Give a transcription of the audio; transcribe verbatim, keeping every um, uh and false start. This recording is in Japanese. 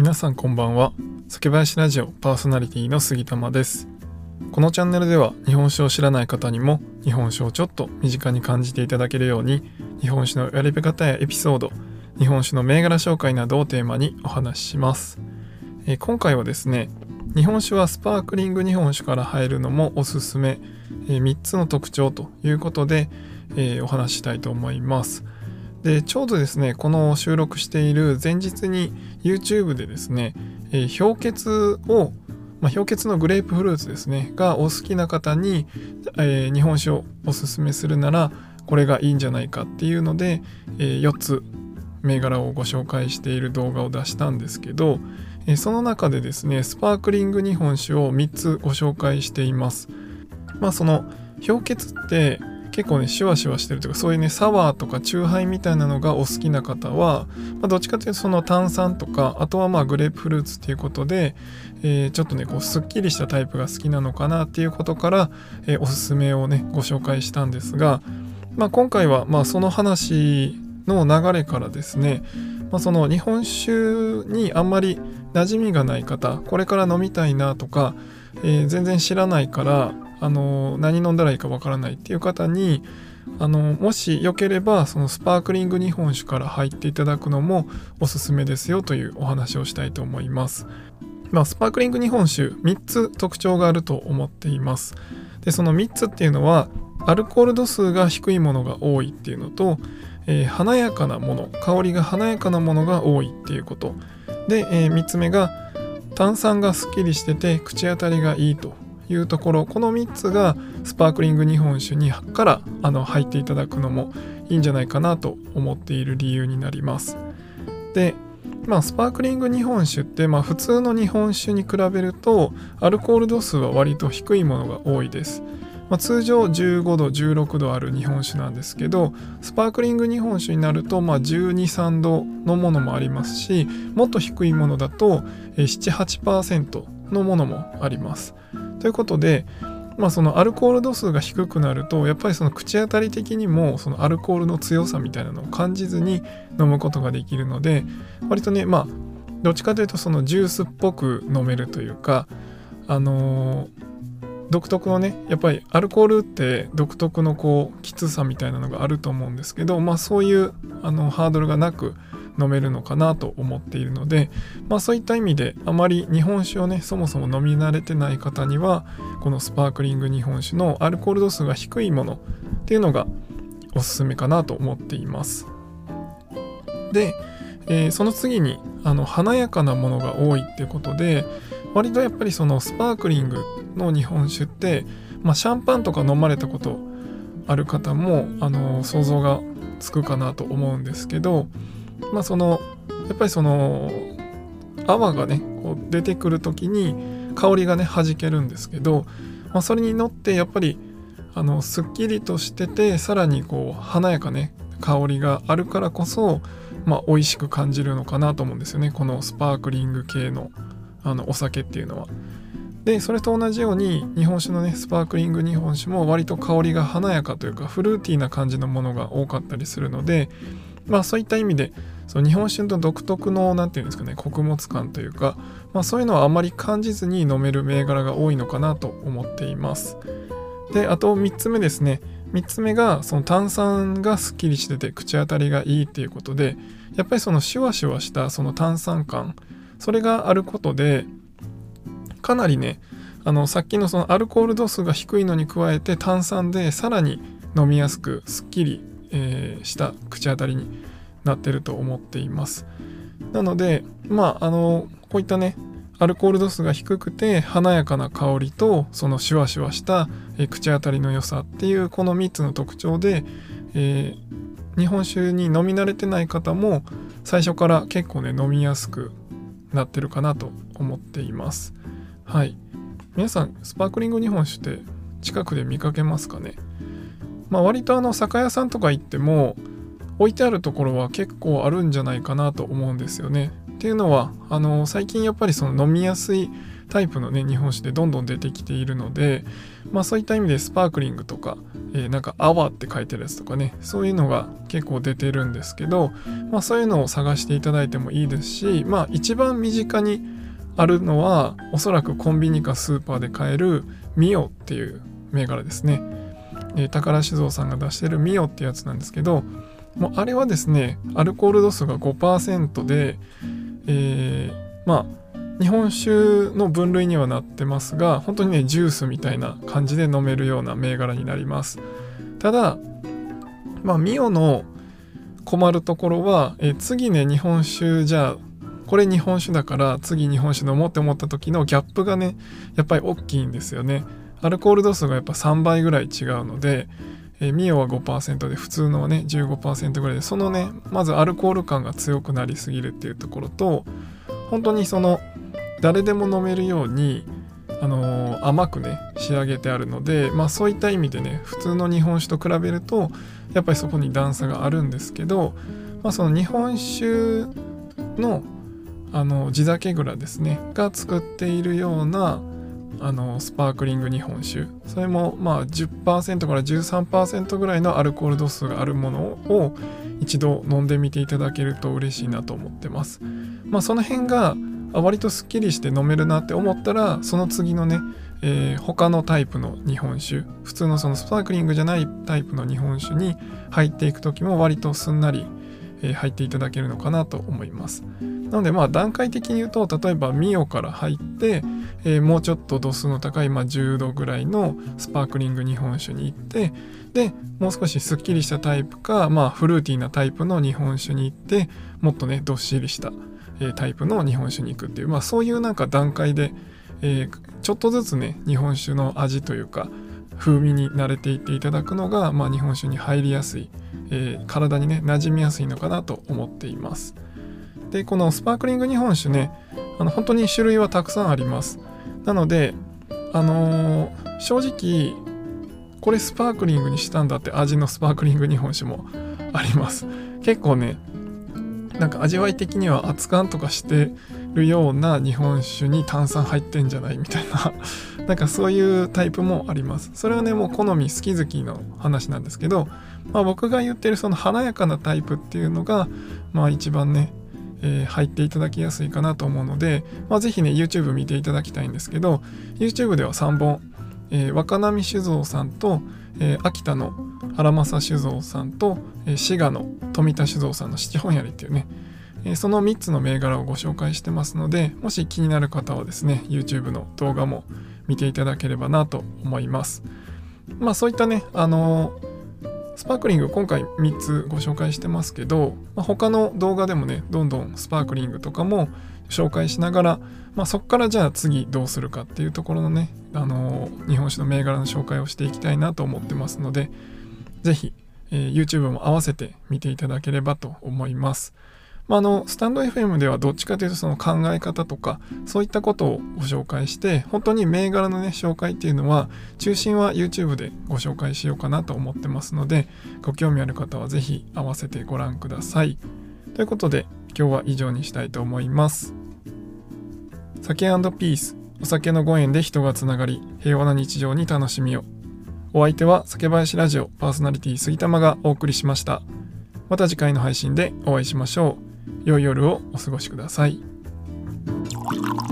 皆さんこんばんは。酒林ラジオパーソナリティの杉玉です。このチャンネルでは日本酒を知らない方にも日本酒をちょっと身近に感じていただけるように、日本酒の選び方やエピソード、日本酒の銘柄紹介などをテーマにお話しします。えー、今回はですね、日本酒はスパークリング日本酒から入るのもおすすめ、えー、みっつの特徴ということで、えー、お話ししたいと思います。でちょうどですね、この収録している前日に YouTube でですね、えー、氷結を、まあ、氷結のグレープフルーツですねがお好きな方に、えー、日本酒をおすすめするならこれがいいんじゃないかっていうので、えー、よっつ銘柄をご紹介している動画を出したんですけど、えー、その中でですね、スパークリング日本酒をみっつご紹介しています。まあその氷結って結構ねシュワシュワしてるというか、そういうねサワーとかチューハイみたいなのがお好きな方は、まあ、どっちかというとその炭酸とか、あとはまあグレープフルーツっていうことで、えー、ちょっとねこうすっきりしたタイプが好きなのかなっていうことから、えー、おすすめをねご紹介したんですが、まあ、今回はまあその話の流れからですね、まあ、その日本酒にあんまり馴染みがない方、これから飲みたいなとか、えー、全然知らないからあの何飲んだらいいかわからないっていう方に、あのもしよければそのスパークリング日本酒から入っていただくのもおすすめですよというお話をしたいと思います。まあ、スパークリング日本酒みっつ特徴があると思っています。でそのみっつっていうのは、アルコール度数が低いものが多いっていうのと、えー、華やかなもの、香りが華やかなものが多いっていうことで、えー、みっつめが炭酸がすっきりしてて口当たりがいいというところ、このみっつがスパークリング日本酒にからあの入っていただくのもいいんじゃないかなと思っている理由になります。で、まあ、スパークリング日本酒って、まあ、普通の日本酒に比べるとアルコール度数は割と低いものが多いです。まあ、通常じゅうごどじゅうろくどある日本酒なんですけど、スパークリング日本酒になると、まあ、じゅうに、さんどのものもありますし、もっと低いものだとなな、はちパーセントのものもあります。ということで、まあ、そのアルコール度数が低くなるとやっぱりその口当たり的にもそのアルコールの強さみたいなのを感じずに飲むことができるので、割とね、まあどっちかというとそのジュースっぽく飲めるというか、あのー、独特のね、やっぱりアルコールって独特のこうきつさみたいなのがあると思うんですけど、まあそういうあのハードルがなく飲めるのかなと思っているので、まあそういった意味であまり日本酒をねそもそも飲み慣れてない方にはこのスパークリング日本酒のアルコール度数が低いものっていうのがおすすめかなと思っています。で、えー、その次にあの華やかなものが多いっていうことで、割とやっぱりそのスパークリングの日本酒って、まあ、シャンパンとか飲まれたことある方もあの想像がつくかなと思うんですけど、まあそのやっぱりその泡がねこう出てくる時に香りがね弾けるんですけど、まあ、それに乗ってやっぱりあのすっきりとしてて、さらにこう華やかね香りがあるからこそ、まあ、美味しく感じるのかなと思うんですよね、このスパークリング系のあのお酒っていうのは。でそれと同じように日本酒のねスパークリング日本酒も割と香りが華やかというかフルーティーな感じのものが多かったりするので、まあそういった意味でその日本酒の独特のなんていうんですかね、穀物感というか、まあそういうのはあまり感じずに飲める銘柄が多いのかなと思っています。であとみっつめですね、みっつめがその炭酸がすっきりしてて口当たりがいいっていうことで、やっぱりそのシュワシュワしたその炭酸感、それがあることでかなりね、あのさっきのそのアルコール度数が低いのに加えて炭酸でさらに飲みやすくすっきり、えー、した口当たりになってると思っています。なのでまああのこういったねアルコール度数が低くて華やかな香りとそのシュワシュワした、えー、口当たりの良さっていうこのみっつの特徴で、えー、日本酒に飲み慣れてない方も最初から結構ね飲みやすくなってるかなと思っています。はい、皆さんスパークリング日本酒って近くで見かけますかね。まあ割とあの酒屋さんとか行っても置いてあるところは結構あるんじゃないかなと思うんですよね。っていうのはあの最近やっぱりその飲みやすいタイプのね日本酒でどんどん出てきているので、まあそういった意味でスパークリングとか、えー、なんかアワーって書いてるやつとかね、そういうのが結構出てるんですけど、まあそういうのを探していただいてもいいですし、まあ一番身近にあるのはおそらくコンビニかスーパーで買えるミオっていう銘柄ですね。えー、宝酒造さんが出してるミオってやつなんですけど、もうあれはですねアルコール度数が ごパーセント で、えー、まあ日本酒の分類にはなってますが、本当にねジュースみたいな感じで飲めるような銘柄になります。ただまあミオの困るところは、えー、次ね日本酒じゃあこれ日本酒だから次日本酒飲もうって思った時のギャップがねやっぱり大きいんですよね。アルコール度数がやっぱさんばいぐらい違うので、えー、ミオは ごパーセント で普通のはね じゅうごパーセント ぐらいで、そのねまずアルコール感が強くなりすぎるっていうところと、本当にその誰でも飲めるように、あのー、甘くね仕上げてあるので、まあそういった意味でね普通の日本酒と比べるとやっぱりそこに段差があるんですけど、まあその日本酒のあの地酒蔵ですねが作っているようなあのスパークリング日本酒、それもまあ じゅっパーセント から じゅうさんパーセント ぐらいのアルコール度数があるものを一度飲んでみていただけると嬉しいなと思ってます。まあその辺が割とすっきりして飲めるなって思ったら、その次のね、えー、他のタイプの日本酒、普通のそのスパークリングじゃないタイプの日本酒に入っていく時も割とすんなり、えー、入っていただけるのかなと思います。なのでまあ段階的に言うと、例えばミオから入って、えー、もうちょっと度数の高い、まあ、じゅうどぐらいのスパークリング日本酒に行って、でもう少しすっきりしたタイプか、まあ、フルーティーなタイプの日本酒に行って、もっとねどっしりしたタイプの日本酒に行くっていう、まあそういうなんか段階で、えー、ちょっとずつね日本酒の味というか風味に慣れていっていただくのが、まあ、日本酒に入りやすい、えー、体にね馴染みやすいのかなと思っています。でこのスパークリング日本酒ね、あの本当に種類はたくさんあります。なのであのー、正直これスパークリングにしたんだって味のスパークリング日本酒もあります。結構ねなんか味わい的には熱燗とかしてるような日本酒に炭酸入ってんじゃないみたいななんかそういうタイプもあります。それはねもう好み好き好きの話なんですけど、まあ、僕が言ってるその華やかなタイプっていうのがまあ一番ね、えー、入っていただきやすいかなと思うので、まあ、ぜひね YouTube 見ていただきたいんですけど、 YouTube ではさんぼん、えー、若波酒造さんと、えー、秋田の荒政酒造さんと、えー、滋賀の富田酒造さんの七本槍っていうね、えー、そのみっつの銘柄をご紹介してますので、もし気になる方はですね YouTube の動画も見ていただければなと思います。まあそういったねあのー、スパークリング今回みっつご紹介してますけど、まあ、他の動画でもねどんどんスパークリングとかも紹介しながら、まあ、そこからじゃあ次どうするかっていうところのね、あのー、日本酒の銘柄の紹介をしていきたいなと思ってますので、ぜひ、えー、YouTube も合わせて見ていただければと思います。まあ、あのスタンド エフエム ではどっちかというとその考え方とかそういったことをご紹介して、本当に銘柄のね紹介っていうのは中心は YouTube でご紹介しようかなと思ってますので、ご興味ある方はぜひ合わせてご覧ください。ということで今日は以上にしたいと思います。酒&ピース、お酒のご縁で人がつながり平和な日常に楽しみを。お相手は酒林ラジオパーソナリティ杉玉がお送りしました。また次回の配信でお会いしましょう。良い夜をお過ごしください。